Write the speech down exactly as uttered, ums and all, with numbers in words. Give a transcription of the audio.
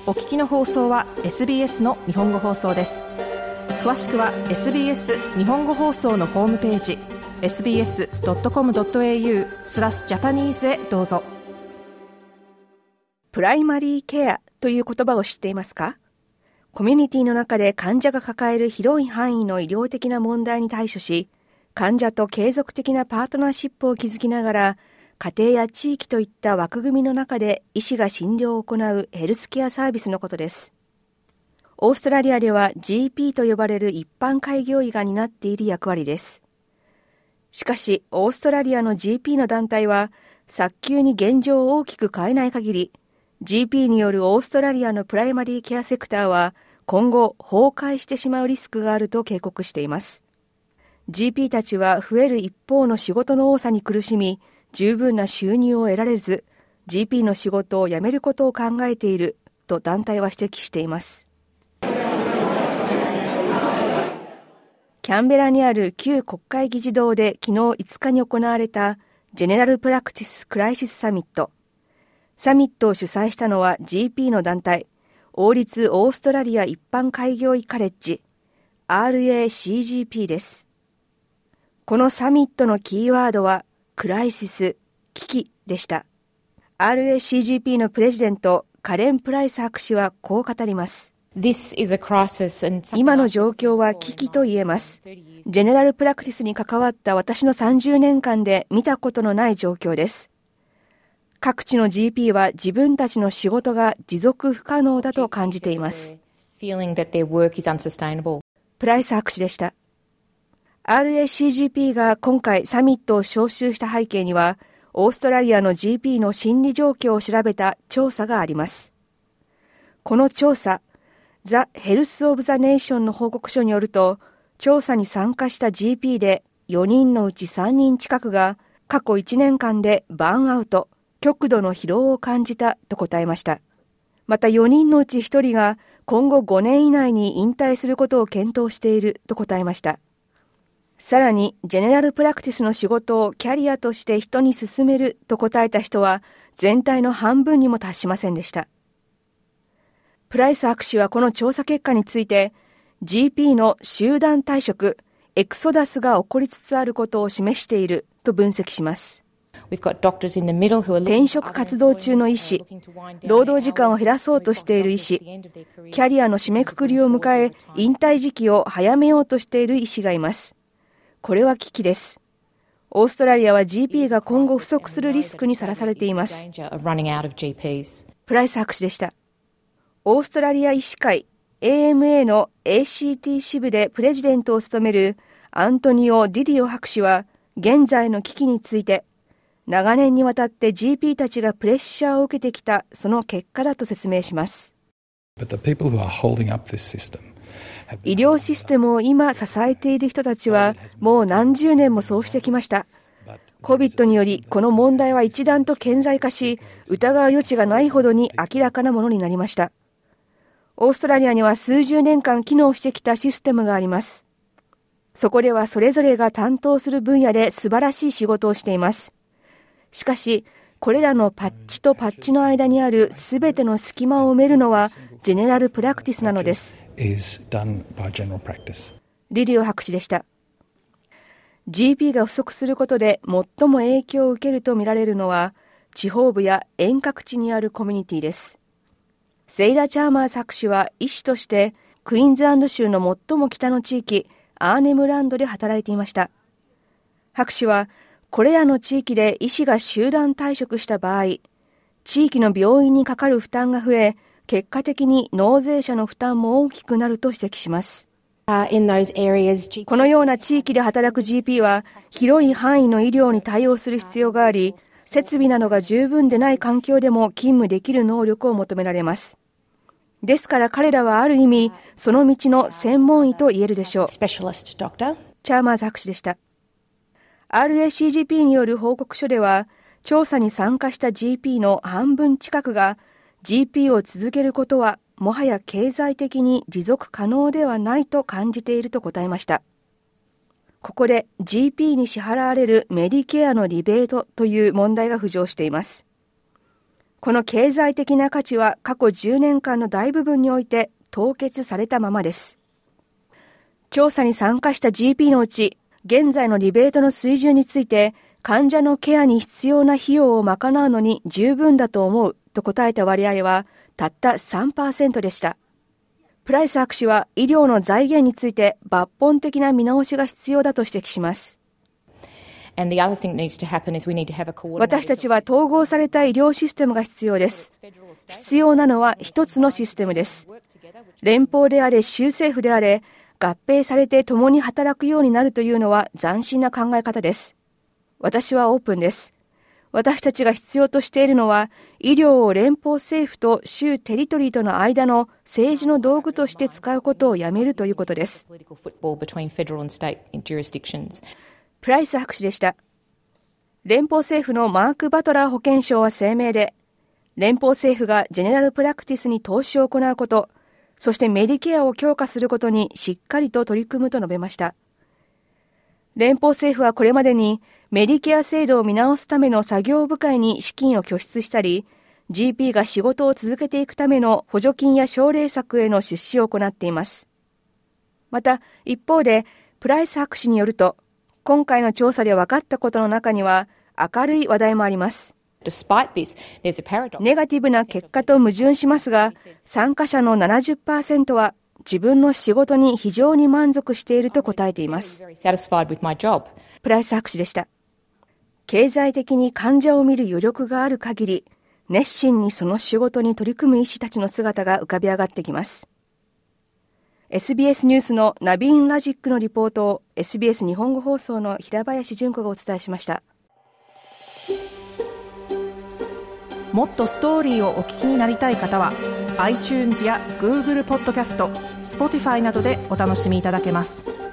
お聞きの放送は エスビーエス の日本語放送です。詳しくは エスビーエス 日本語放送のホームページ エスビーエスドットコムドットエーユー スラスジャパニーズへどうぞ。プライマリーケアという言葉を知っていますか？コミュニティの中で患者が抱える広い範囲の医療的な問題に対処し、患者と継続的なパートナーシップを築きながら、家庭や地域といった枠組みの中で医師が診療を行うヘルスケアサービスのことです。オーストラリアでは ジーピー と呼ばれる一般開業医が担っている役割です。しかし、オーストラリアの ジーピー の団体は、早急に現状を大きく変えない限り、ジーピー によるオーストラリアのプライマリーケアセクターは今後崩壊してしまうリスクがあると警告しています。ジーピー たちは増える一方の仕事の多さに苦しみ、十分な収入を得られず、ジーピー の仕事を辞めることを考えていると団体は指摘しています。キャンベラにある旧国会議事堂で昨日いつかに行われたジェネラルプラクティスクライシスサミット。サミットを主催したのは ジーピー の団体、王立オーストラリア一般開業医カレッジ アールエーシージーピー です。このサミットのキーワードはクライシス、危機でした。アールエーシージーピー のプレジデントカレン・プライス博士はこう語ります。今の状況は危機と言えます。ジェネラルプラクティスに関わった私のさんじゅうねんかんで見たことのない状況です。各地の ジーピー は自分たちの仕事が持続不可能だと感じています。プライス博士でした。アールエーシージーピー が今回サミットを招集した背景には、オーストラリアの ジーピー の心理状況を調べた調査があります。この調査、The Health of the Nation の報告書によると、調査に参加した ジーピー でよにんのうちさんにん近くが過去いちねんかんでバーンアウト、極度の疲労を感じたと答えました。またよにんのうちひとりが今後ごねん以内に引退することを検討していると答えました。さらに、ジェネラルプラクティスの仕事をキャリアとして人に進めると答えた人は全体の半分にも達しませんでした。プライス博士はこの調査結果について、ジーピー の集団退職、エクソダスが起こりつつあることを示していると分析します。転職活動中の医師、労働時間を減らそうとしている医師、キャリアの締めくくりを迎え、引退時期を早めようとしている医師がいます。これは危機です。オーストラリアは ジーピー が今後不足するリスクにさらされています。プライス博士でした。オーストラリア医師会 エーエムエー の エーシーティー 支部でプレジデントを務めるアントニオ・ディディオ博士は、現在の危機について、長年にわたって ジーピー たちがプレッシャーを受けてきたその結果だと説明します。医療システムを今支えている人たちはもう何十年もそうしてきました。コビッド によりこの問題は一段と顕在化し、疑う余地がないほどに明らかなものになりました。オーストラリアには数十年間機能してきたシステムがあります。そこではそれぞれが担当する分野で素晴らしい仕事をしています。しかし、これらのパッチとパッチの間にあるすべての隙間を埋めるのはジェネラルプラクティスなのです。リディオ博士でした。ジーピー が不足することで最も影響を受けるとみられるのは地方部や遠隔地にあるコミュニティです。セイラ・チャーマーズ博士は医師としてクイーンズランド州の最も北の地域アーネムランドで働いていました。博士はこれらの地域で医師が集団退職した場合、地域の病院にかかる負担が増え、結果的に納税者の負担も大きくなると指摘します。このような地域で働く ジーピー は、広い範囲の医療に対応する必要があり、設備などが十分でない環境でも勤務できる能力を求められます。ですから彼らはある意味、その道の専門医と言えるでしょう。チャーマーズ博士でした。アールエーシージーピー による報告書では、調査に参加した ジーピー の半分近くが ジーピー を続けることはもはや経済的に持続可能ではないと感じていると答えました。ここで ジーピー に支払われるメディケアのリベートという問題が浮上しています。 この経済的な価値は過去じゅうねんかんの大部分において凍結されたままです。調査に参加した ジーピー のうち、現在のリベートの水準について、患者のケアに必要な費用を賄うのに十分だと思うと答えた割合はたった さんパーセント でした。プライス博士は医療の財源について抜本的な見直しが必要だと指摘します。私たちは統合された医療システムが必要です。必要なのは一つのシステムです。連邦であれ州政府であれ、合併されて共に働くようになるというのは斬新な考え方です。私はオープンです。私たちが必要としているのは、医療を連邦政府と州テリトリーとの間の政治の道具として使うことをやめるということです。プライス博士でした。連邦政府のマーク・バトラー保健相は声明で、連邦政府がジェネラルプラクティスに投資を行うこと、そしてメディケアを強化することにしっかりと取り組むと述べました。連邦政府はこれまでにメディケア制度を見直すための作業部会に資金を拠出したり、ジーピー が仕事を続けていくための補助金や奨励策への出資を行っています。また、一方で、プライス博士によると、今回の調査で分かったことの中には明るい話題もあります。ネガティブな結果と矛盾しますが、参加者の ななじゅっパーセント は自分の仕事に非常に満足していると答えています。プライス博士でした。経済的に患者を見る余力がある限り、熱心にその仕事に取り組む医師たちの姿が浮かび上がってきます。エスビーエス ニュースのナビーン・ラジックのリポートを エスビーエス 日本語放送の平林純子がお伝えしました。 もっとストーリーをお聞きになりたい方は iTunes や Google ポッドキャスト、Spotify などでお楽しみいただけます。